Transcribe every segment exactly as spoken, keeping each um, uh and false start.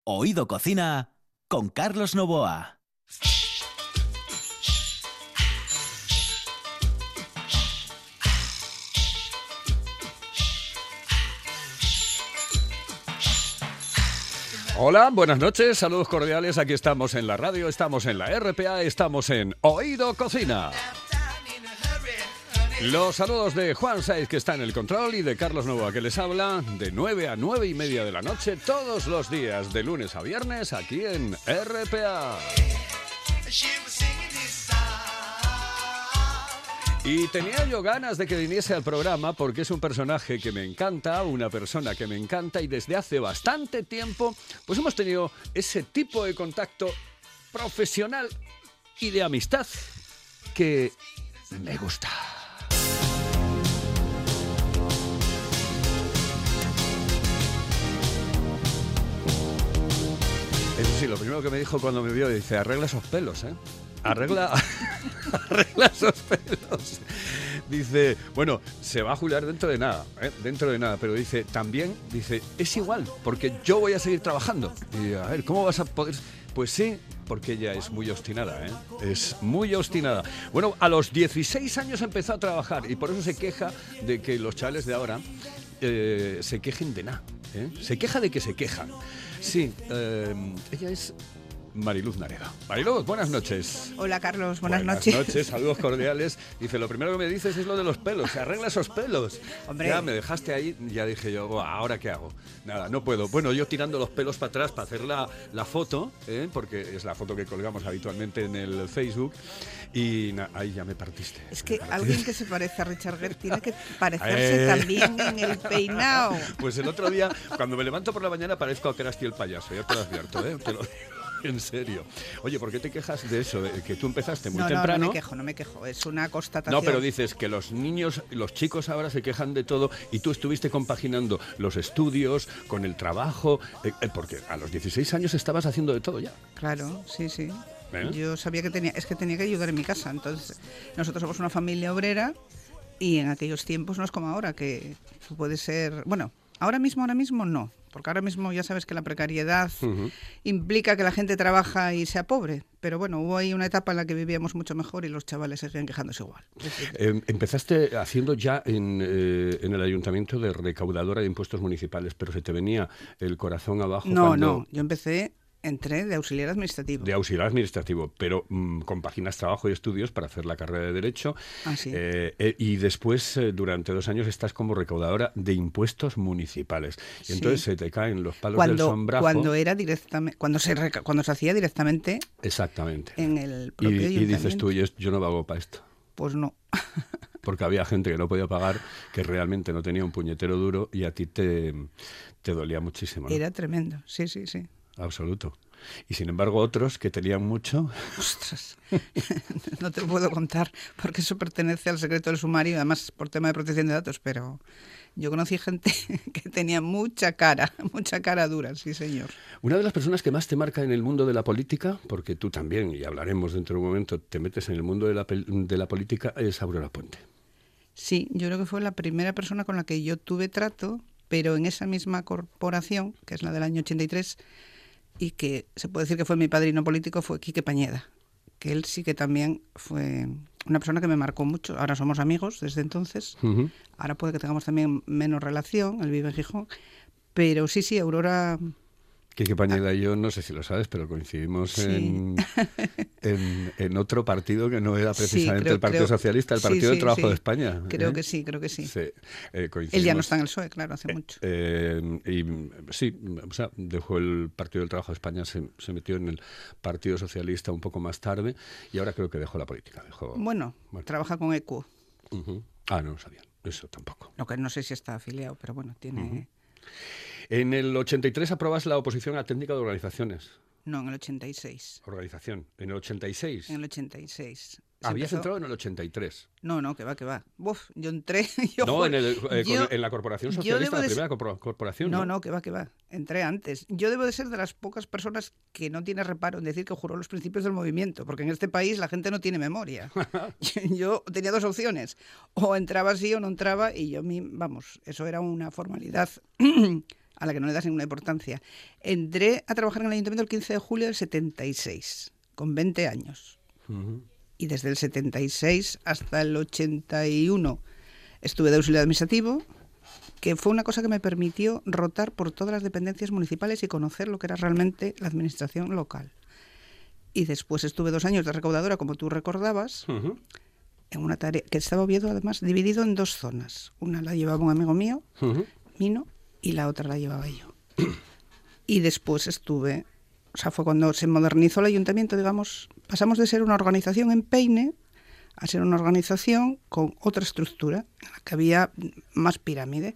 Oído Cocina con Carlos Novoa. Hola, buenas noches, saludos cordiales. Aquí estamos en la radio, estamos en la R P A, estamos en Oído Cocina. Los saludos de Juan Saiz, que está en el control, y de Carlos Novoa, que les habla de nueve a nueve y media de la noche todos los días, de lunes a viernes, aquí en R P A. Y tenía yo ganas de que viniese al programa porque es un personaje que me encanta, una persona que me encanta, y desde hace bastante tiempo pues hemos tenido ese tipo de contacto profesional y de amistad que me gusta. Eso sí, lo primero que me dijo cuando me vio, dice, arregla esos pelos, ¿eh? Arregla, arregla esos pelos. Dice, bueno, se va a jubilar dentro de nada, ¿eh? Dentro de nada, pero dice, también, dice, es igual, porque yo voy a seguir trabajando. Y a ver, ¿cómo vas a poder...? Pues sí, porque ella es muy obstinada, ¿eh? Es muy obstinada. Bueno, a los dieciséis años empezó a trabajar y por eso se queja de que los chavales de ahora eh, se quejen de nada, ¿eh? Se queja de que se quejan. Sí, eh, ella es... Mariluz Naredo. Mariluz, buenas noches. Hola, Carlos, buenas, buenas noches. Buenas noches, saludos cordiales. Dice, lo primero que me dices es lo de los pelos, se arregla esos pelos. Hombre. Ya me dejaste ahí, ya dije yo, oh, ¿ahora qué hago? Nada, no puedo. Bueno, yo tirando los pelos para atrás para hacer la, la foto, ¿eh? Porque es la foto que colgamos habitualmente en el Facebook, y na, ahí ya me partiste. Es que partiste. Alguien que se parece a Richard Gere tiene que parecerse eh. también en el peinado. Pues el otro día, cuando me levanto por la mañana, parezco a Krusty el payaso, ya te lo advierto, ¿eh? Te lo En serio. Oye, ¿por qué te quejas de eso? De que tú empezaste muy no, temprano. No, no me quejo, no me quejo. Es una constatación. No, pero dices que los niños, los chicos ahora se quejan de todo y tú estuviste compaginando los estudios con el trabajo, eh, porque a los dieciséis años estabas haciendo de todo ya. Claro, sí, sí. ¿Eh? Yo sabía que tenía, es que tenía que ayudar en mi casa. Entonces, nosotros somos una familia obrera y en aquellos tiempos no es como ahora, que puede ser... Bueno, ahora mismo, ahora mismo no. Porque ahora mismo ya sabes que la precariedad uh-huh. implica que la gente trabaja y sea pobre. Pero bueno, hubo ahí una etapa en la que vivíamos mucho mejor y los chavales seguían quejándose igual. Eh, empezaste haciendo ya en, eh, en el ayuntamiento de recaudadora de impuestos municipales, pero se te venía el corazón abajo. No, cuando... no, yo empecé... Entré de auxiliar administrativo. De auxiliar administrativo, pero mmm, compaginas trabajo y estudios para hacer la carrera de Derecho. Ah, sí. eh, eh, y después, eh, durante dos años, estás como recaudadora de impuestos municipales. Y sí. Entonces se te caen los palos cuando, del sombrajo. Cuando era directamente, cuando se reca- cuando se hacía directamente. Exactamente. En el propio y, ayuntamiento. Y dices tú, yo, yo no valgo para esto. Pues no. Porque había gente que no podía pagar, que realmente no tenía un puñetero duro y a ti te, te dolía muchísimo, ¿no? Era tremendo, sí, sí, sí. Absoluto. Y sin embargo otros que tenían mucho... Ostras, no te lo puedo contar porque eso pertenece al secreto del sumario, además por tema de protección de datos, pero yo conocí gente que tenía mucha cara, mucha cara dura, sí señor. Una de las personas que más te marca en el mundo de la política, porque tú también, y hablaremos dentro de un momento, te metes en el mundo de la, de la política, es Aurora Puente. Sí, yo creo que fue la primera persona con la que yo tuve trato, pero en esa misma corporación, que es la del año ochenta y tres, y que se puede decir que fue mi padrino político, fue Quique Pañeda, que él sí que también fue una persona que me marcó mucho. Ahora somos amigos desde entonces, uh-huh. Ahora puede que tengamos también menos relación, él vive en Gijón, pero sí, sí, Aurora... Quique Pañeda y yo, no sé si lo sabes, pero coincidimos sí. en, en, en otro partido que no era precisamente sí, creo, el Partido creo, Socialista, el Partido sí, del sí, Trabajo sí. de España. Creo ¿eh? que sí, creo que sí. sí eh, Él ya no está en el P S O E, claro, hace eh, mucho. Eh, y sí, o sea, dejó el Partido del Trabajo de España, se, se metió en el Partido Socialista un poco más tarde y ahora creo que dejó la política. Dejó, bueno, bueno, trabaja con E Q U. Uh-huh. Ah, no lo sabía, eso tampoco. Lo que no sé si está afiliado, pero bueno, tiene... Uh-huh. En el ochenta y tres aprobas la oposición a técnica de organizaciones. No, en el ochenta y seis. Organización. ¿En el ochenta y seis? En el ochenta y seis. ¿Habías empezó... entrado en el ochenta y tres? No, no, que va, que va. Uf, yo entré... Yo no, fue... en, el, eh, yo... en la Corporación Socialista, la de... primera corpor- corporación. No, no, no, que va, que va. Entré antes. Yo debo de ser de las pocas personas que no tiene reparo en decir que juró los principios del movimiento, porque en este país la gente no tiene memoria. Yo tenía dos opciones. O entraba así o no entraba y yo, vamos, eso era una formalidad... a la que no le das ninguna importancia. Entré a trabajar en el ayuntamiento el quince de julio del setenta y seis, con veinte años. Uh-huh. Y desde el setenta y seis hasta el ochenta y uno estuve de auxiliar administrativo, que fue una cosa que me permitió rotar por todas las dependencias municipales y conocer lo que era realmente la administración local. Y después estuve dos años de recaudadora, como tú recordabas, uh-huh. en una tarea que estaba Oviedo, además, dividido en dos zonas. Una la llevaba un amigo mío, uh-huh. Mino, y la otra la llevaba yo. Y después estuve, o sea, fue cuando se modernizó el ayuntamiento, digamos, pasamos de ser una organización en peine a ser una organización con otra estructura, en la que había más pirámide.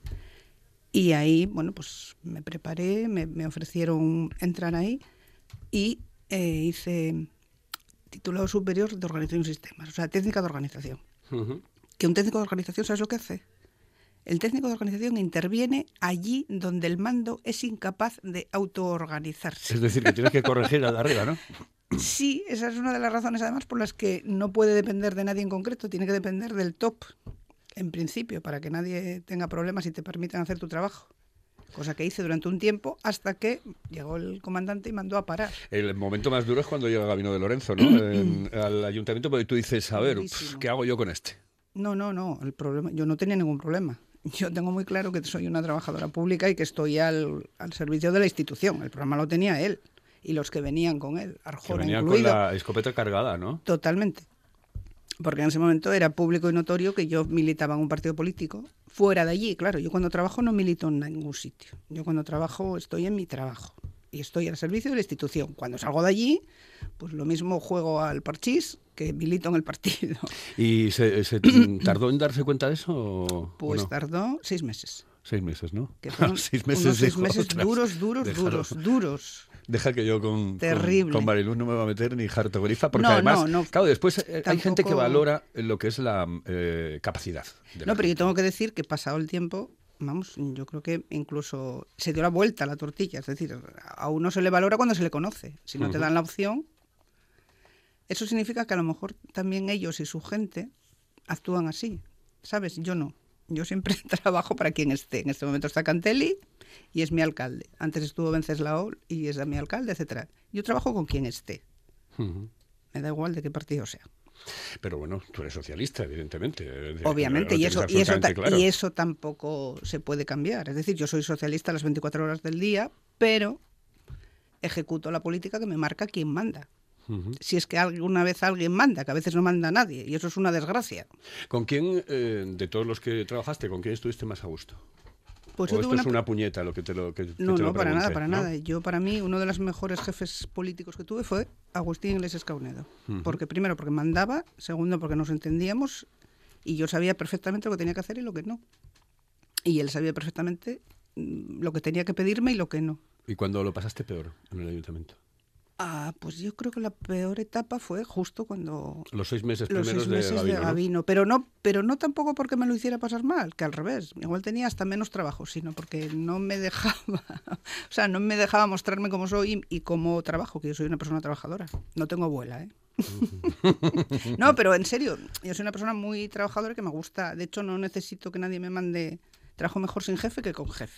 Y ahí, bueno, pues me preparé, me, me ofrecieron entrar ahí y eh, hice titulado superior de organización y sistemas, o sea, técnica de organización. Uh-huh. Que un técnico de organización, ¿sabes lo que hace? El técnico de organización interviene allí donde el mando es incapaz de autoorganizarse. Es decir, que tienes que corregir a la arriba, ¿no? Sí, esa es una de las razones además por las que no puede depender de nadie en concreto, tiene que depender del top, en principio, para que nadie tenga problemas y te permitan hacer tu trabajo. Cosa que hice durante un tiempo hasta que llegó el comandante y mandó a parar. El momento más duro es cuando llega Gabino de Lorenzo, ¿no? en, al ayuntamiento, porque tú dices, a ver, pff, ¿qué hago yo con este? No, no, no, el problema, yo no tenía ningún problema. Yo tengo muy claro que soy una trabajadora pública y que estoy al, al servicio de la institución. El problema lo tenía él y los que venían con él, Arjona que venían incluido. Con la escopeta cargada, ¿no? Totalmente. Porque en ese momento era público y notorio que yo militaba en un partido político. Fuera de allí, claro, yo cuando trabajo no milito en ningún sitio. Yo cuando trabajo estoy en mi trabajo y estoy al servicio de la institución. Cuando salgo de allí, pues lo mismo juego al parchís que milito en el partido. ¿Y se, se tardó en darse cuenta de eso? O, pues ¿o no? Tardó seis meses. Seis meses, ¿no? Que fueron seis meses, unos seis dijo, meses otras. duros, duros, Déjalo. duros, duros. Deja que yo con, Terrible. con, con Mariluz no me va a meter ni jartogrifa, porque no, además, no, no, claro, después hay tampoco... gente que valora lo que es la eh, capacidad. De no, la pero gente. yo tengo que decir que pasado el tiempo, vamos, yo creo que incluso se dio la vuelta a la tortilla, es decir, a uno se le valora cuando se le conoce, si no uh-huh. te dan la opción. Eso significa que a lo mejor también ellos y su gente actúan así, ¿sabes? Yo no. Yo siempre trabajo para quien esté. En este momento está Cantelli y es mi alcalde. Antes estuvo Venceslao y es mi alcalde, etcétera. Yo trabajo con quien esté. Uh-huh. Me da igual de qué partido sea. Pero bueno, tú eres socialista, evidentemente. Obviamente, y eso, y, eso ta- claro. y eso tampoco se puede cambiar. Es decir, yo soy socialista las veinticuatro horas del día, pero ejecuto la política que me marca quien manda. Uh-huh. Si es que alguna vez alguien manda, que a veces no manda nadie, y eso es una desgracia. ¿Con quién, eh, de todos los que trabajaste, con quién estuviste más a gusto? Pues ¿O yo esto una... es una puñeta lo que te lo que, que No, te no, lo para nada, para ¿no? nada. Yo, para mí, uno de los mejores jefes políticos que tuve fue Agustín Iglesias Caunedo. Uh-huh. Porque primero, porque mandaba, segundo, porque nos entendíamos, y yo sabía perfectamente lo que tenía que hacer y lo que no. Y él sabía perfectamente lo que tenía que pedirme y lo que no. ¿Y cuándo lo pasaste peor en el ayuntamiento? Ah, pues yo creo que la peor etapa fue justo cuando... Los seis meses los primeros seis meses de Gabino, de Gabino. ¿No? Pero no, pero no tampoco porque me lo hiciera pasar mal, que al revés. Igual tenía hasta menos trabajo, sino porque no me dejaba... o sea, no me dejaba mostrarme como soy y, y cómo trabajo, que yo soy una persona trabajadora. No tengo abuela, ¿eh? No, pero en serio, yo soy una persona muy trabajadora que me gusta. De hecho, no necesito que nadie me mande... Trabajo mejor sin jefe que con jefe.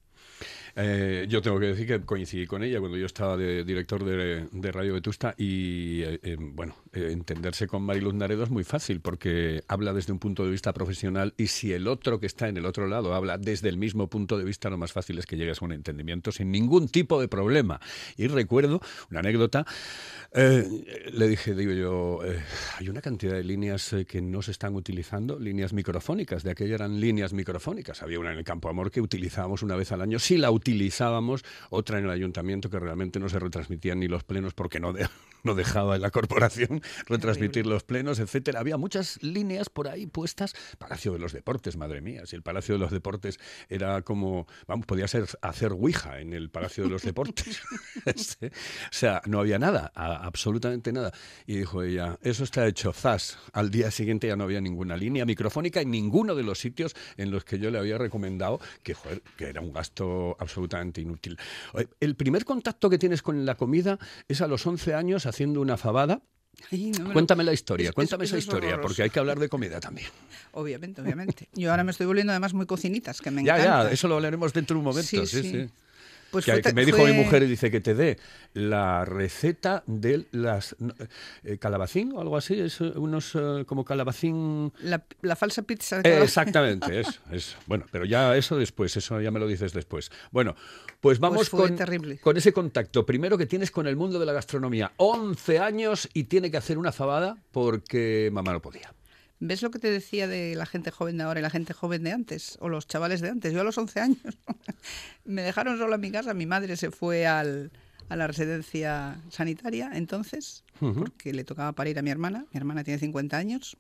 Eh, yo tengo que decir que coincidí con ella cuando yo estaba de director de, de Radio Vetusta y, eh, eh, bueno, eh, entenderse con Mariluz Naredo es muy fácil porque habla desde un punto de vista profesional y si el otro que está en el otro lado habla desde el mismo punto de vista, lo más fácil es que llegues a un entendimiento sin ningún tipo de problema. Y recuerdo una anécdota, eh, le dije, digo yo, eh, hay una cantidad de líneas eh, que no se están utilizando, líneas microfónicas, de aquello eran líneas microfónicas. Había una en el Campo Amor que utilizábamos una vez al año, sí la utilizábamos, otra en el ayuntamiento que realmente no se retransmitían ni los plenos porque no, de, no dejaba la corporación retransmitir los plenos, etcétera. Había muchas líneas por ahí puestas. Palacio de los Deportes, madre mía, si el Palacio de los Deportes era como, vamos, podía ser hacer ouija en el Palacio de los Deportes. O sea, no había nada, a, absolutamente nada. Y dijo ella, eso está hecho, zas. Al día siguiente ya no había ninguna línea microfónica en ninguno de los sitios en los que yo le había recomendado que, joder, que era un gasto absolutamente inútil. El primer contacto que tienes con la comida es a los once años haciendo una fabada Ay, no me lo- Cuéntame la historia, Eso- cuéntame eso esa es historia, horroroso. porque hay que hablar de comida también. Obviamente, obviamente. Yo ahora me estoy volviendo además muy cocinitas, que me Ya, encanta. ya, eso lo hablaremos dentro de un momento, sí, sí. Sí, sí. sí. Pues que, fue que ta- me dijo fue- mi mujer y dice que te dé la receta de las no, eh, calabacín o algo así, es eh, unos eh, como calabacín. La, la falsa pizza de Eh, calabacín. exactamente, eso, eso. Bueno, pero ya eso después, eso ya me lo dices después. Bueno, pues vamos Pues fue con, terrible. con ese contacto primero que tienes con el mundo de la gastronomía. once años y tiene que hacer una fabada porque mamá no podía. ¿Ves lo que te decía de la gente joven de ahora y la gente joven de antes? O los chavales de antes. Yo a los once años me dejaron sola en mi casa. Mi madre se fue al, a la residencia sanitaria entonces, Ujú. porque le tocaba parir a mi hermana. Mi hermana tiene cincuenta años.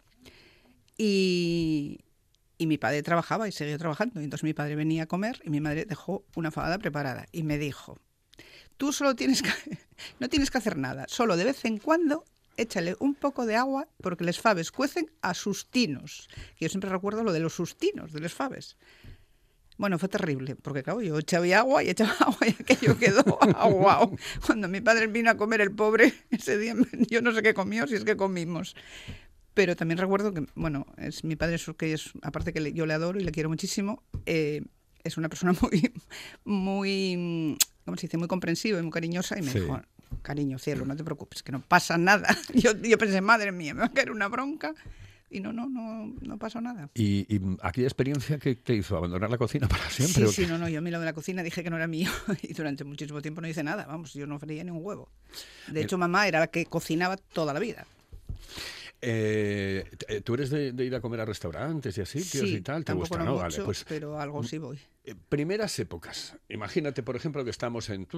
Y, y mi padre trabajaba y seguía trabajando. Y entonces mi padre venía a comer y mi madre dejó una fabada preparada. Y me dijo, tú solo tienes que... no tienes que hacer nada. Solo de vez en cuando... échale un poco de agua porque les faves cuecen a sustinos. Que yo siempre recuerdo lo de los sustinos de les faves. Bueno, fue terrible, porque claro, yo echaba agua y echaba agua y aquello quedó aguao. Cuando mi padre vino a comer, el pobre, ese día, yo no sé qué comió, si es que comimos. Pero también recuerdo que, bueno, es mi padre, es, que es, aparte que le, yo le adoro y le quiero muchísimo, eh, es una persona muy, muy, ¿cómo se dice? Muy comprensiva y muy cariñosa y me Sí. dijo, cariño, cielo, no te preocupes, que no pasa nada. Yo, yo pensé, madre mía, me va a caer una bronca. Y no, no, no, no pasó nada. ¿Y, y aquella experiencia que te hizo? ¿Abandonar la cocina para siempre? Sí, ¿o sí, qué? no, no, yo a mí lo de la cocina dije que no era mío y durante muchísimo tiempo no hice nada, vamos, yo no freía ni un huevo. De hecho, mamá era la que cocinaba toda la vida. Eh, t- ¿Tú eres de, de ir a comer a restaurantes y así, tíos Sí, y tal? ¿Te tampoco gusta, no no? mucho, Vale, pues pero algo sí voy. eh, primeras épocas. Imagínate, por ejemplo, que estamos en...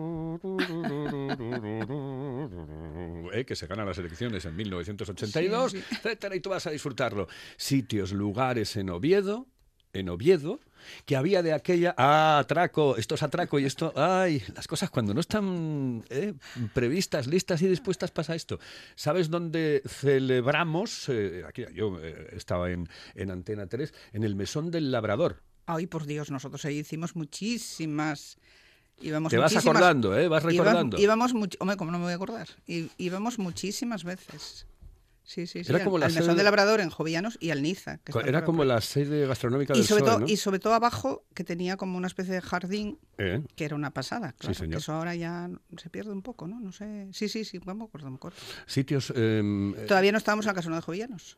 Eh, que se ganan las elecciones en mil novecientos ochenta y dos, Sí, sí. etcétera, y tú vas a disfrutarlo. Sitios, lugares en Oviedo, en Oviedo, que había de aquella, ah, atraco, esto es atraco y esto, ay, las cosas cuando no están eh, previstas, listas y dispuestas pasa esto. ¿Sabes dónde celebramos? Eh, aquí, yo eh, estaba en, en Antena tres, en el Mesón del Labrador. Ay, por Dios, nosotros ahí hicimos muchísimas... Íbamos Te vas muchísimas- acordando, ¿eh? Vas Iba- recordando. Íbamos, much- hombre, ¿cómo no me voy a acordar? I- íbamos muchísimas veces. Sí, sí, sí. Era al- como la al sede Mesón de- de Labrador en Jovellanos y al Niza. que está Era por- como la sede gastronómica y del sobre, P S O E, todo, ¿no? y sobre todo abajo, que tenía como una especie de jardín, Eh, que era una pasada. Claro, señor. que eso ahora ya se pierde un poco, ¿no? No sé. Sí, sí, sí, me acuerdo, me acuerdo. Sitios... eh, eh, Todavía no estábamos en la Casona de Jovellanos.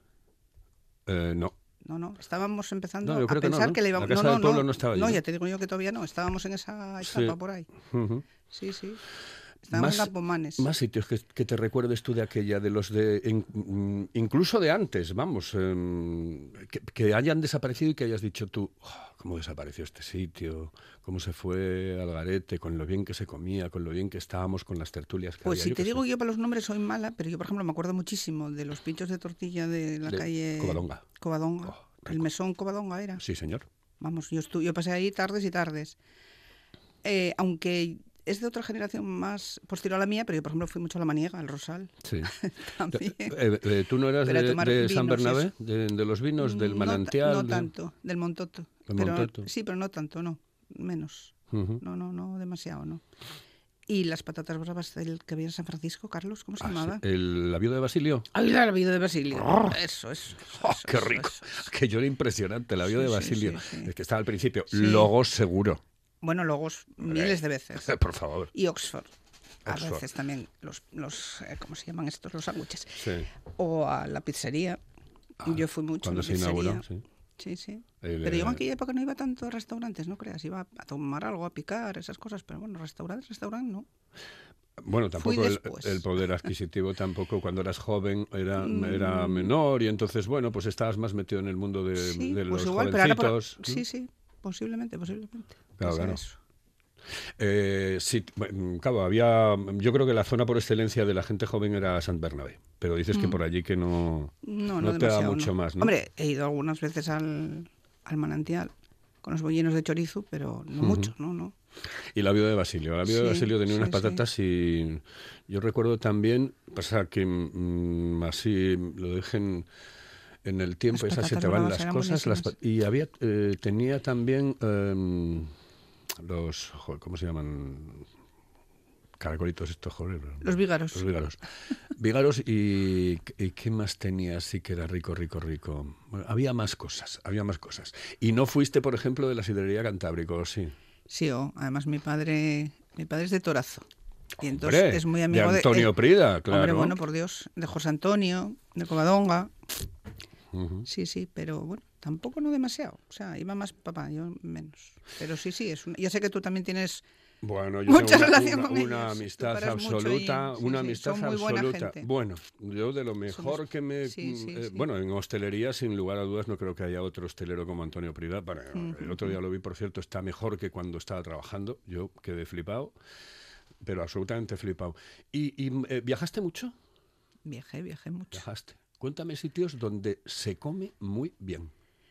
eh, no. No, no, estábamos empezando No, yo a creo que no, pensar ¿no? que le íbamos... La Casa no, del no, Pueblo no, no estaba allí, No, ¿no? ya te digo yo que todavía no, estábamos en esa etapa Sí. por ahí. Ujú. Sí, sí. Estábamos en Campomanes. Más sitios que, que te recuerdes tú de aquella, de los de... in- mm, incluso de antes, vamos, em, que, que hayan desaparecido y que hayas dicho tú, "Oh, ¿cómo desapareció este sitio? ¿Cómo se fue al garete? Con lo bien que se comía, con lo bien que estábamos, con las tertulias que Pues había". si Yo te qué digo sé. yo para los nombres soy mala, pero yo, por ejemplo, me acuerdo muchísimo de los pinchos de tortilla de la De calle... Covadonga. Covadonga. Oh, El rico. mesón Covadonga era. Sí, señor. Vamos, yo, estu- yo pasé ahí tardes y tardes. Eh, aunque es de otra generación más posterior a la mía, pero yo, por ejemplo, fui mucho a La Maniega, al Rosal. Sí. También. Eh, eh, ¿Tú no eras Pero a de, tomar de vinos San y Bernabé? eso. De, de los vinos, del No ta- manantial? No, de- tanto, del Montoto. Del Pero- Montoto. Sí, pero no tanto, no. Menos. Ujú. No, no, no demasiado, no. Y las patatas bravas del que había en San Francisco, Carlos, ¿cómo se Ah, sí. llamaba? ¿El la viuda de Basilio? ¡Ay, la vida de Basilio! Eso, eso. ¡Oh, eso, qué eso, rico! eso, eso. Aquello era impresionante, la vida Sí, de sí, Basilio. sí, sí. Es que estaba al principio. Sí. Logos seguro. Bueno, logos miles de veces. Por favor. Y Oxford. A Oxford. veces también los, los eh, ¿cómo se llaman estos? Los sándwiches. Sí. O a la pizzería. Yo fui mucho a Cuando la se pizzería. inauguró, sí. Sí, sí. El, Pero yo en eh, aquella época no iba tanto a restaurantes, no creas. Iba a tomar algo, a picar, esas cosas. Pero bueno, restaurantes, restaurante, no. Bueno, tampoco Fui el, después. el poder adquisitivo tampoco cuando eras joven era, Mm. era menor y entonces, bueno, pues estabas más metido en el mundo de, Sí, de pues los igual, pero ahora... por- jovencitos. ¿no? Sí, sí, posiblemente, posiblemente. Claro, Puede ser claro. eso. Eh, sí, bueno, claro, había, yo creo que la zona por excelencia de la gente joven era Sant Bernabé, pero dices que por allí que no, No, no no, te da demasiado, mucho no. más, ¿no? Hombre, he ido algunas veces al, al manantial con los bollinos de chorizo, pero no mucho, no, no. Y la viuda de Basilio. La viuda de Sí, Basilio tenía sí, unas sí. patatas y yo recuerdo también, pasa que mm, así lo dejen en el tiempo, Las esas se patatas te van bravas las eran cosas. Las, buenísimas. pa- y había eh, tenía también em, los, joder, ¿cómo se llaman? caracolitos estos, joder. Los vígaros. Los vígaros. Vígaros y, y ¿qué más tenía así que era rico, rico, rico? Bueno, había más cosas, había más cosas. Y no fuiste, por ejemplo, de la sidrería Cantábrico, ¿sí? Sí, oh, además mi padre, mi padre es de Torazo. Y entonces Hombre, es muy amigo de Antonio de, Prida, claro. Hombre, bueno, por Dios, de José Antonio, de Covadonga. Uh-huh. Sí, sí, pero bueno, tampoco no demasiado. O sea, iba más papá, yo menos. Pero sí, sí, es un... ya sé que tú también tienes bueno, yo mucha tengo una, relación una, con una ellos. amistad Tú paras mucho absoluta, y- sí, una sí, amistad son muy buena absoluta. gente. Bueno, yo de lo mejor Somos- que me... sí, sí, eh, sí. Bueno, en hostelería, sin lugar a dudas, no creo que haya otro hostelero como Antonio Prida. Bueno, el otro día lo vi, por cierto, está mejor que cuando estaba trabajando. Yo quedé flipado, pero absolutamente flipado. ¿Y, y eh, viajaste mucho? Viajé, viajé mucho. Viajaste. Cuéntame sitios donde se come muy bien.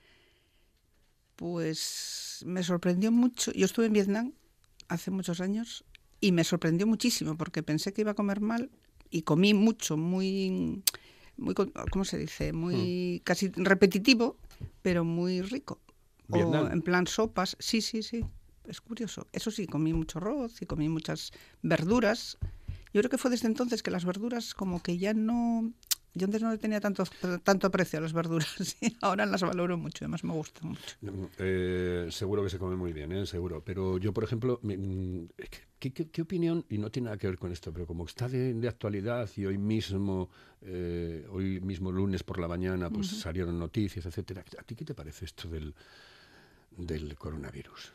Pues me sorprendió mucho. Yo estuve en Vietnam hace muchos años y me sorprendió muchísimo porque pensé que iba a comer mal y comí mucho, muy, muy con- ¿cómo se dice? Muy casi repetitivo, pero muy rico. O Vietnam. en plan sopas. Sí, sí, sí. Es curioso. Eso sí, comí mucho arroz y comí muchas verduras. Yo creo que fue desde entonces que las verduras como que ya no... Yo antes no le tenía tanto, tanto aprecio a las verduras y ahora las valoro mucho, además me gustan mucho. Eh, seguro que se come muy bien, ¿eh? Seguro. Pero yo, por ejemplo, me- mm, ¿qué, qué, qué opinión? Y no tiene nada que ver con esto, pero como está de, de actualidad y hoy mismo, eh, hoy mismo lunes por la mañana, pues Ujú. salieron noticias, etcétera. ¿A ti qué te parece esto del, del coronavirus?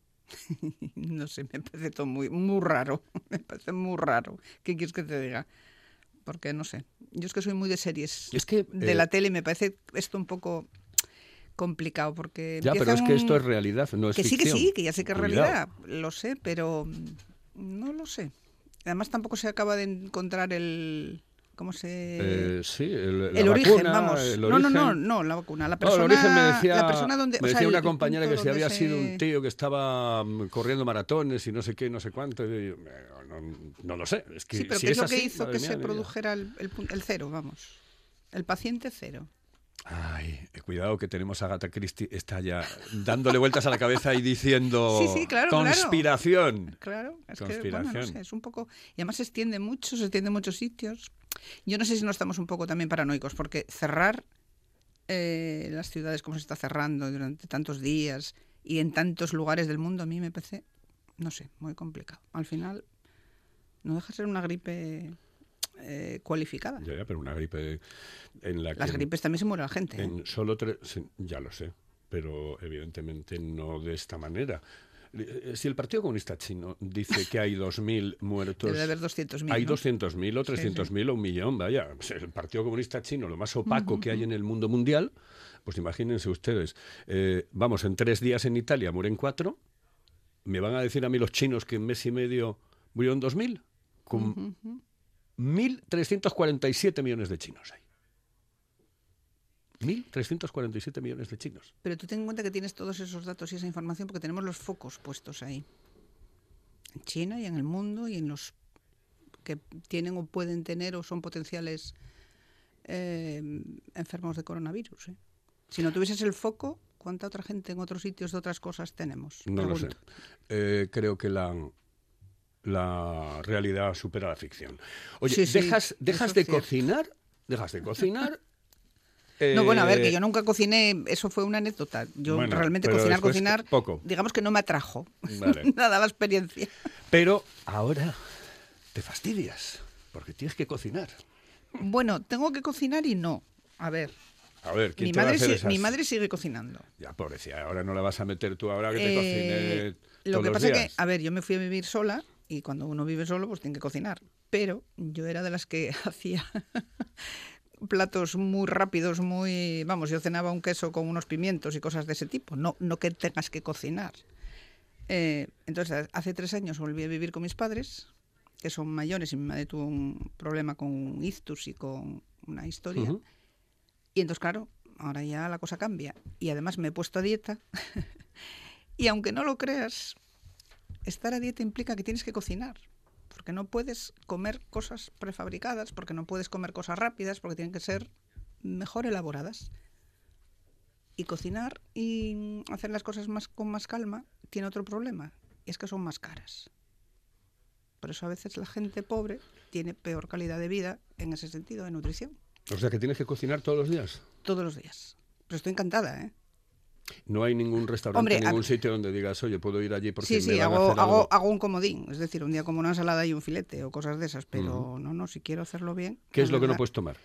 No sé, me parece todo muy, muy raro, me parece muy raro. ¿Qué quieres que te diga? Porque no sé, yo es que soy muy de series Es que, de eh, la tele y me parece esto un poco complicado porque Ya, pero es que empiezan- esto es realidad, no es que sí, que ficción. sí, que ya sé que es Cuidado. realidad, lo sé, pero mm, no lo sé. Además tampoco se acaba de encontrar el... ¿Cómo se...? Eh, sí, el, la el origen, vacuna, vamos. el No, no, no, origen. no, la vacuna. La No, persona, el origen me decía, la persona donde, me o sea, decía el- una el compañera punto que si donde había se- sido un tío que estaba mm, corriendo maratones y no sé qué, no sé cuánto. y yo, eh, no, no lo sé. Es que Sí, pero si ¿qué es es lo que así, hizo madre que mía se de mi vida. produjera el, el pun- el cero, vamos? El paciente cero. Ay, eh, cuidado que tenemos a Agatha Christie, está ya dándole vueltas a la cabeza y diciendo Sí, sí, claro, claro. conspiración. Claro, es que, bueno, no Conspiración. sé, es un poco... Y además se extiende mucho, se extiende en muchos sitios. Yo no sé si no estamos un poco también paranoicos, porque cerrar eh, las ciudades como se está cerrando durante tantos días y en tantos lugares del mundo, a mí me parece, no sé, muy complicado. Al final, no deja de ser una gripe eh, cualificada. Ya, ya, pero una gripe en la que... Las gripes también se muere la gente. ¿eh? En solo tres, sí, ya lo sé, pero evidentemente no de esta manera. Eh, Si el Partido Comunista Chino dice que hay dos mil muertos, Debe de haber doscientos mil. hay ¿no? doscientos mil o Sí, trescientos mil o un millón, vaya. O sea, el Partido Comunista Chino, lo más opaco Ujú, que hay en el mundo mundial, pues imagínense ustedes. Eh, vamos, en tres días en Italia mueren cuatro. ¿Me van a decir a mí los chinos que en mes y medio murieron dos mil? Con ujú, ujú. mil trescientos cuarenta y siete millones de chinos hay. mil trescientos cuarenta y siete millones de chinos. Pero tú ten en cuenta que tienes todos esos datos y esa información porque tenemos los focos puestos ahí. En China y en el mundo y en los que tienen o pueden tener o son potenciales eh, enfermos de coronavirus. ¿eh? Si no tuvieses el foco, ¿cuánta otra gente en otros sitios de otras cosas tenemos? No lo sé. Pregunto. Eh, creo que la, la realidad supera la ficción. Oye, Sí, sí, ¿dejas, dejas eso de es cierto. cocinar? ¿Dejas de cocinar? No, bueno, a ver, que Eh, yo nunca cociné, eso fue una anécdota. Yo Bueno, realmente pero cocinar, después cocinar, poco. digamos que no me atrajo. Vale. Nada la experiencia. Pero ahora te fastidias, porque tienes que cocinar. Bueno, tengo que cocinar y no. A ver, A ver, ¿quién mi te va a madre, hacer si- esas? mi madre sigue cocinando. Ya, pobrecilla, ahora no la vas a meter tú ahora que te Eh, cocine lo todos que los pasa es días. que, a ver, yo me fui a vivir sola y cuando uno vive solo, pues tiene que cocinar. Pero yo era de las que hacía platos muy rápidos, muy... Vamos, yo cenaba un queso con unos pimientos y cosas de ese tipo. No, no que tengas que cocinar. Eh, entonces, hace tres años volví a vivir con mis padres, que son mayores, y mi madre tuvo un problema con un ictus y con una historia. Ujú. Y entonces, claro, ahora ya la cosa cambia. Y además me he puesto a dieta. Y aunque no lo creas, estar a dieta implica que tienes que cocinar. Porque no puedes comer cosas prefabricadas, porque no puedes comer cosas rápidas, porque tienen que ser mejor elaboradas. Y cocinar y hacer las cosas más con más calma tiene otro problema, y es que son más caras. Por eso a veces la gente pobre tiene peor calidad de vida en ese sentido de nutrición. O sea, que tienes que cocinar todos los días. Todos los días. Pero estoy encantada, ¿eh? No hay ningún restaurante, Hombre, ningún a... sitio donde digas, oye, puedo ir allí porque sí, sí, me van hago, a hacer hago, algo. hago un comodín. Es decir, un día como una ensalada y un filete o cosas de esas. Pero uh-huh. no, no, si quiero hacerlo bien... ¿Qué es lo que no puedes tomar?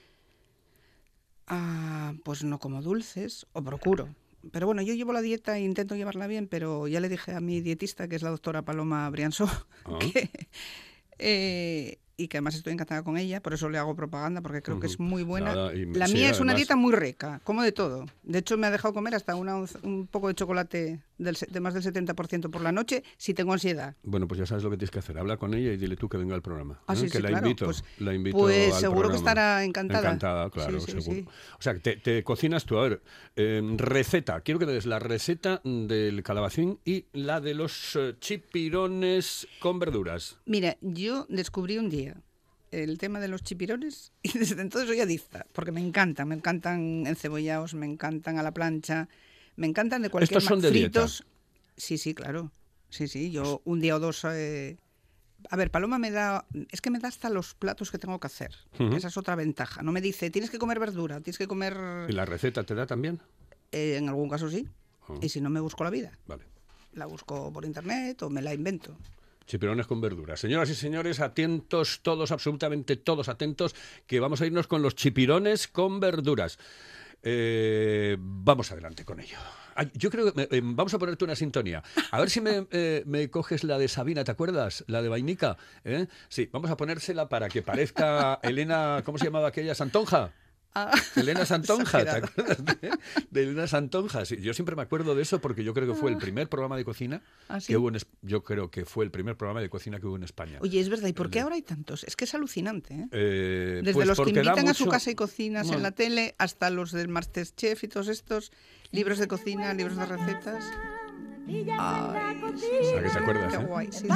Ah, pues no como dulces, o procuro. Pero bueno, yo llevo la dieta e intento llevarla bien, pero ya le dije a mi dietista, que es la doctora Paloma Brianzó, uh-huh. que... Eh, y que además estoy encantada con ella, por eso le hago propaganda, porque creo uh-huh. que es muy buena. Nada, y, la sí, mía es además... una dieta muy rica, como de todo. De hecho, me ha dejado comer hasta una, un poco de chocolate del, de más del setenta por ciento por la noche si tengo ansiedad. Bueno, pues ya sabes lo que tienes que hacer. Habla con ella y dile tú que venga al programa. Ah, ¿eh? sí, que sí, la, claro. invito, pues, la invito Pues al seguro programa. que estará encantada. Encantada, claro, sí, sí, seguro. Sí. O sea, te, te cocinas tú. A ver, eh, receta. Quiero que me des la receta del calabacín y la de los uh, chipirones con verduras. Mira, yo descubrí un día el tema de los chipirones y desde entonces soy adicta, porque me encantan, me encantan encebollados, me encantan a la plancha, me encantan de cualquier ¿Estos son de fritos. dieta? Sí, sí, claro. Sí, sí, yo un día o dos... Eh... A ver, Paloma me da... Es que me da hasta los platos que tengo que hacer. Uh-huh. Esa es otra ventaja. No me dice, tienes que comer verdura, tienes que comer... ¿Y la receta te da también? Eh, en algún caso sí. Uh-huh. Y si no, me busco la vida. Vale. La busco por internet o me la invento. Chipirones con verduras. Señoras y señores, atentos todos, absolutamente todos atentos, que vamos a irnos con los chipirones con verduras. Eh, vamos adelante con ello. Ay, yo creo que me, eh, vamos a ponerte una sintonía. A ver si me, eh, me coges la de Sabina, ¿te acuerdas? La de Vainica. ¿Eh? Sí, vamos a ponérsela para que parezca Elena, ¿cómo se llamaba aquella? ¿Santonja? Ah, Elena Santonja, ¿te acuerdas de, de Elena Santonja? Sí, yo siempre me acuerdo de eso porque yo creo que fue el primer programa de cocina ¿Ah, sí? que hubo en, yo creo que fue el primer programa de cocina que hubo en España. Oye, es verdad, ¿y por qué ahora hay tantos? Es que es alucinante, ¿eh? eh Desde pues los que invitan mucho... a su casa y cocinas bueno. en la tele hasta los del MasterChef y todos estos libros de cocina, libros de recetas. Ay, ¿A qué te acuerdas? Qué eh? guay, sí, sí.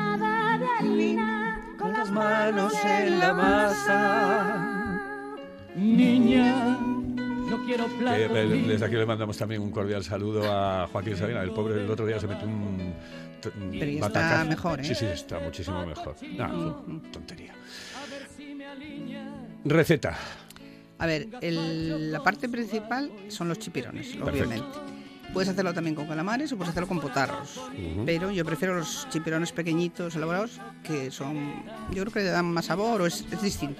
Con las manos en la masa. Niña, no quiero platos. Eh, desde aquí le mandamos también un cordial saludo a Joaquín Sabina. El pobre el otro día se metió un, un Pero ya batacazo. está mejor, ¿eh? Sí, sí, está muchísimo mejor. Nah, uh-huh. tontería. Receta. A ver, el, la parte principal son los chipirones, Perfecto. obviamente. Puedes hacerlo también con calamares o puedes hacerlo con potarros. Uh-huh. Pero yo prefiero los chipirones pequeñitos, elaborados, que son, yo creo que le dan más sabor o es, es distinto.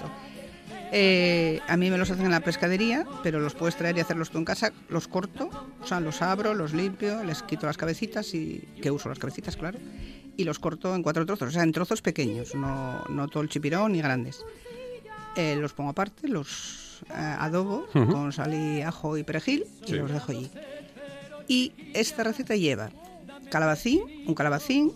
Eh, a mí me los hacen en la pescadería, pero los puedes traer y hacerlos tú en casa. Los corto, o sea, los abro, los limpio, les quito las cabecitas, y que uso las cabecitas, claro, y los corto en cuatro trozos, o sea, en trozos pequeños, no, no todo el chipirón ni grandes. Eh, los pongo aparte, los eh, adobo uh-huh. con sal y ajo y perejil y sí. los dejo allí. Y esta receta lleva calabacín, un calabacín,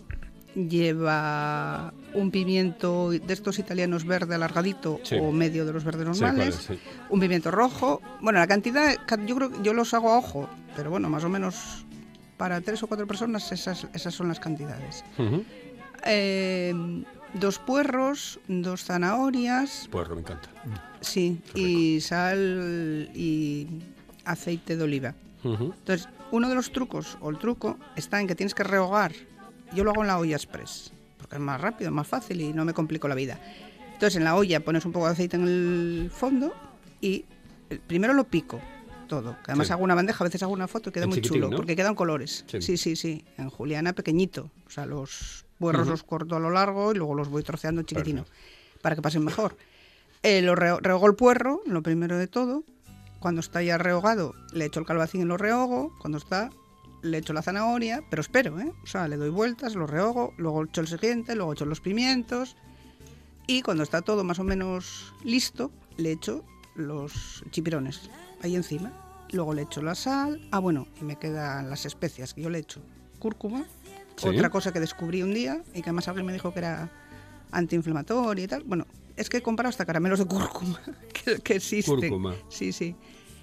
lleva un pimiento de estos italianos verde alargadito sí. o medio de los verdes normales, sí, sí. un pimiento rojo. Bueno, la cantidad, yo creo que yo los hago a ojo, pero bueno, más o menos para tres o cuatro personas esas, esas son las cantidades. Uh-huh. Eh, dos puerros, dos zanahorias. Puerro, me encanta. Sí, y sal y aceite de oliva. Uh-huh. Entonces, uno de los trucos, o el truco, está en que tienes que rehogar. Yo lo hago en la olla express, porque es más rápido, más fácil y no me complico la vida. Entonces en la olla pones un poco de aceite en el fondo y primero lo pico todo. Que además sí. hago una bandeja, a veces hago una foto y queda en muy chulo, ¿no? Porque quedan colores. Sí. sí, sí, sí. En juliana pequeñito. O sea, los puerros uh-huh. los corto a lo largo y luego los voy troceando chiquitino Perfecto. Para que pasen mejor. Eh, lo re- rehogo el puerro, lo primero de todo. Cuando está ya rehogado, le echo el calabacín y lo rehogo. Cuando está... le echo la zanahoria, pero espero, ¿eh? O sea, le doy vueltas, lo rehogo, luego echo el siguiente, luego echo los pimientos y cuando está todo más o menos listo, le echo los chipirones ahí encima. Luego le echo la sal, ah, bueno, y me quedan las especias que yo le echo. Cúrcuma, ¿sí? Otra cosa que descubrí un día y que además alguien me dijo que era antiinflamatoria y tal. Bueno, es que he comprado hasta caramelos de cúrcuma que, que existen. Cúrcuma. Sí, sí.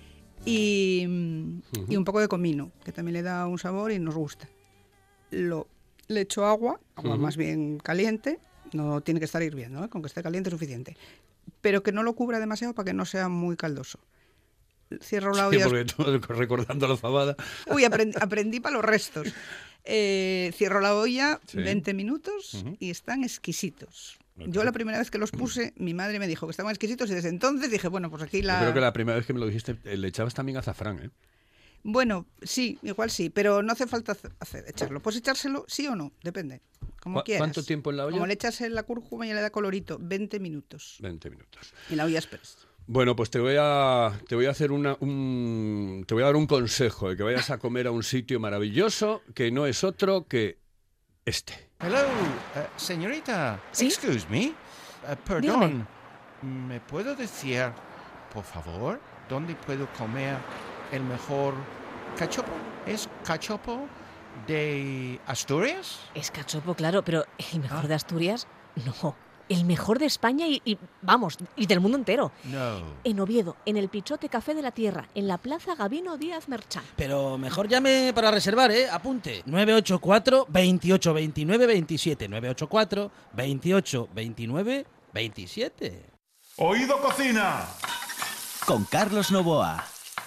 Y, uh-huh. y un poco de comino, que también le da un sabor y nos gusta. Lo, le echo agua, agua uh-huh. más bien caliente, no tiene que estar hirviendo, ¿eh? Con que esté caliente es suficiente, pero que no lo cubra demasiado para que no sea muy caldoso. Cierro la olla. Sí, porque todo recordando la fabada. Uy, aprendí, aprendí para los restos. Eh, cierro la olla, Sí. veinte minutos Ujú. y están exquisitos. Ok. Yo la primera vez que los puse, mi madre me dijo que estaban exquisitos y desde entonces dije, bueno, pues aquí Yo la... creo que la primera vez que me lo dijiste eh, le echabas también azafrán, ¿eh? Bueno, sí, igual sí, pero no hace falta hace- hacer, echarlo. Puedes echárselo sí o no, depende, como ¿Cu- quieras. cuánto tiempo en la olla? Como le echas la cúrcuma y le da colorito, veinte minutos. veinte minutos. Y la olla express. Bueno, pues te voy a te voy a hacer una un te voy a dar un consejo de que vayas a comer a un sitio maravilloso que no es otro que este. Hello, uh, señorita. ¿Sí? Excuse me. Uh, perdón. ¿Me puedo decir, por favor, dónde puedo comer el mejor cachopo? ¿Es cachopo de Asturias? Es cachopo, claro, pero el mejor Ah. de Asturias, no. El mejor de España y, y, vamos, y del mundo entero. No. En Oviedo, en el Pichote Café de la Tierra, en la Plaza Gabino Díaz Merchán. Pero mejor llame para reservar, ¿eh? Apunte. nueve ocho cuatro, veintiocho veintinueve veintisiete. nueve ocho cuatro, veintiocho veintinueve veintisiete. Oído Cocina. Con Carlos Novoa.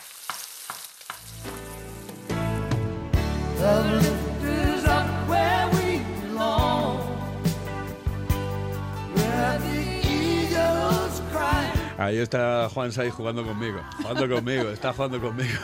Ahí está Juan Saiz jugando conmigo, jugando conmigo, está jugando conmigo.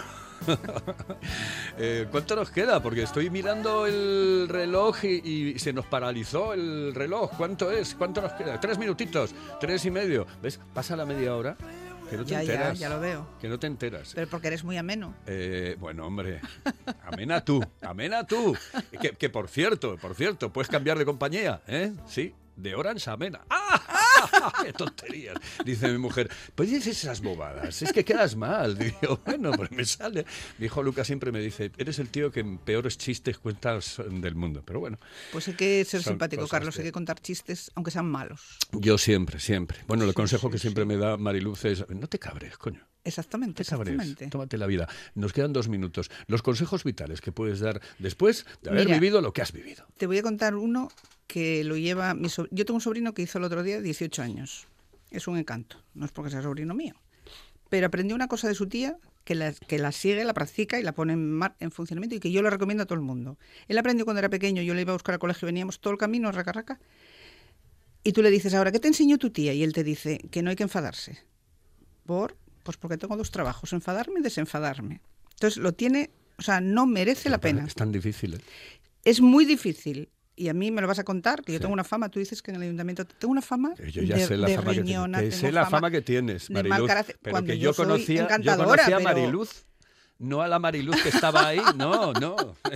Eh, ¿Cuánto nos queda? Porque estoy mirando el reloj y, y se nos paralizó el reloj. ¿Cuánto es? ¿Cuánto nos queda? Tres minutitos, tres y medio. ¿Ves? Pasa la media hora que no te Ya, ya, enteras. ya lo veo. Que no te enteras. Pero porque eres muy ameno. Eh, bueno, hombre, amena tú, amena tú. Que, que por cierto, por cierto, puedes cambiar de compañía, ¿eh? Sí, de Orange a Amena. ¡Ah! ¡Qué tonterías! Dice mi mujer, pues dices esas bobadas, es que quedas mal. Digo, bueno, pues me sale. Mi hijo Lucas siempre me dice, eres el tío que peores chistes cuentas del mundo. Pero bueno, Pues hay que ser Son simpático, cosas Carlos. de- Hay que contar chistes, aunque sean malos. yo siempre, siempre. Bueno, el Sí, consejo sí, que siempre sí. me da Mariluz es, no te cabres, coño. Exactamente, Te cabres, exactamente. tómate la vida. Nos quedan dos minutos. Los consejos vitales que puedes dar después de haber Mira. vivido lo que has vivido. Te voy a contar uno que lo lleva mi sobrino. Yo tengo un sobrino que hizo el otro día dieciocho años. Es un encanto, no es porque sea sobrino mío. Pero aprendió una cosa de su tía que la, que la sigue, la practica y la pone en, mar- en funcionamiento y que yo le recomiendo a todo el mundo. Él aprendió cuando era pequeño, yo le iba a buscar al colegio, veníamos todo el camino, raca, raca. Y tú le dices, ahora, ¿qué te enseñó tu tía? Y él te dice que no hay que enfadarse. ¿Por? Pues porque tengo dos trabajos, enfadarme y desenfadarme. Entonces lo tiene, o sea, no merece la pena. Es tan difícil, ¿eh? Es muy difícil. Y a mí me lo vas a contar, que yo Sí. tengo una fama, tú dices que en el ayuntamiento tengo una fama Que Yo ya de, sé la de fama que tienes. riñona, Que tengo sé la fama fama que tienes, de mal Mariluz. carácter, Pero cuando que yo yo soy conocía, yo encantadora, conocía a pero- Mariluz. No a la Mariluz que estaba ahí, no, no.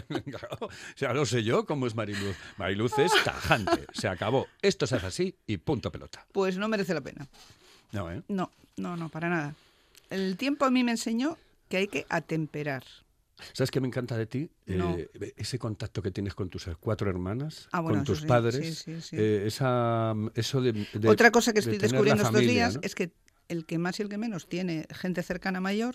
O sea, lo sé yo cómo es Mariluz. Mariluz es tajante, se acabó. Esto se hace así y punto pelota. Pues no merece la pena. No, ¿eh? No, no, no, para nada. El tiempo a mí me enseñó que hay que atemperar. ¿Sabes qué me encanta de ti? No. Eh, ese contacto que tienes con tus cuatro hermanas, Ah, bueno, con eso tus sí, padres. sí, sí, sí. eh, esa, eso de, de- Otra cosa que de estoy tener la descubriendo estos familia, días ¿no? es que el que más y el que menos tiene gente cercana mayor,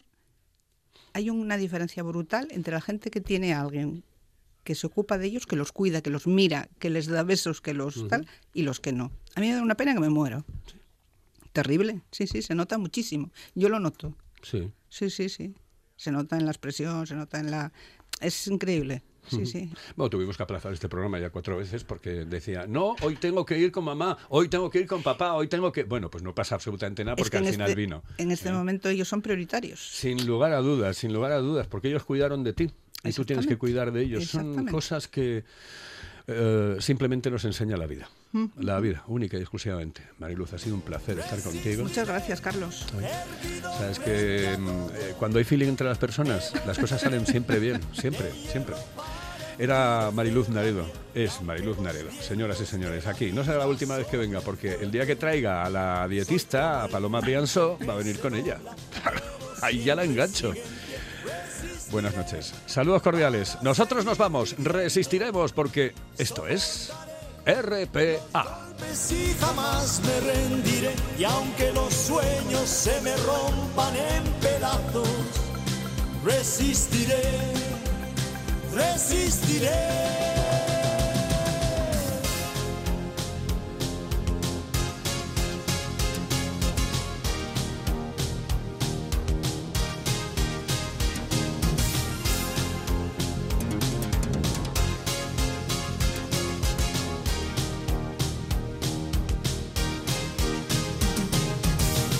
hay una diferencia brutal entre la gente que tiene a alguien que se ocupa de ellos, que los cuida, que los mira, que les da besos, que los tal, y los que no. A mí me da una pena que me muero. Terrible, sí, sí, se nota muchísimo. Yo lo noto, Sí. sí, sí, sí. Se nota en la expresión, se nota en la... Es increíble, sí, sí. Bueno, tuvimos que aplazar este programa ya cuatro veces porque decía, no, hoy tengo que ir con mamá, hoy tengo que ir con papá, hoy tengo que... Bueno, pues no pasa absolutamente nada Es porque que al en final este, vino. En este ¿eh? momento ellos son prioritarios. Sin lugar a dudas, sin lugar a dudas, porque ellos cuidaron de ti y tú tienes que Exactamente. cuidar de ellos. Son Exactamente. cosas que eh, simplemente nos enseña la vida. La vida, única y exclusivamente. Mariluz, ha sido un placer estar contigo. Muchas gracias, Carlos. Sabes que mm, eh, cuando hay feeling entre las personas, las cosas salen siempre bien, siempre, siempre. Era Mariluz Naredo, es Mariluz Naredo, señoras y señores, aquí. No será la última vez que venga, porque el día que traiga a la dietista, a Paloma Brianzó, va a venir con ella. Ahí ya la engancho. Buenas noches. Saludos cordiales. Nosotros nos vamos, resistiremos, porque esto es R P A. Si jamás me rendiré y aunque los sueños se me rompan en pedazos, resistiré, resistiré.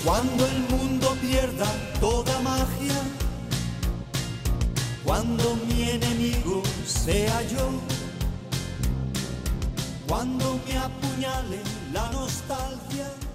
Cuando el mundo pierda toda magia, cuando mi enemigo sea yo, cuando me apuñale la nostalgia.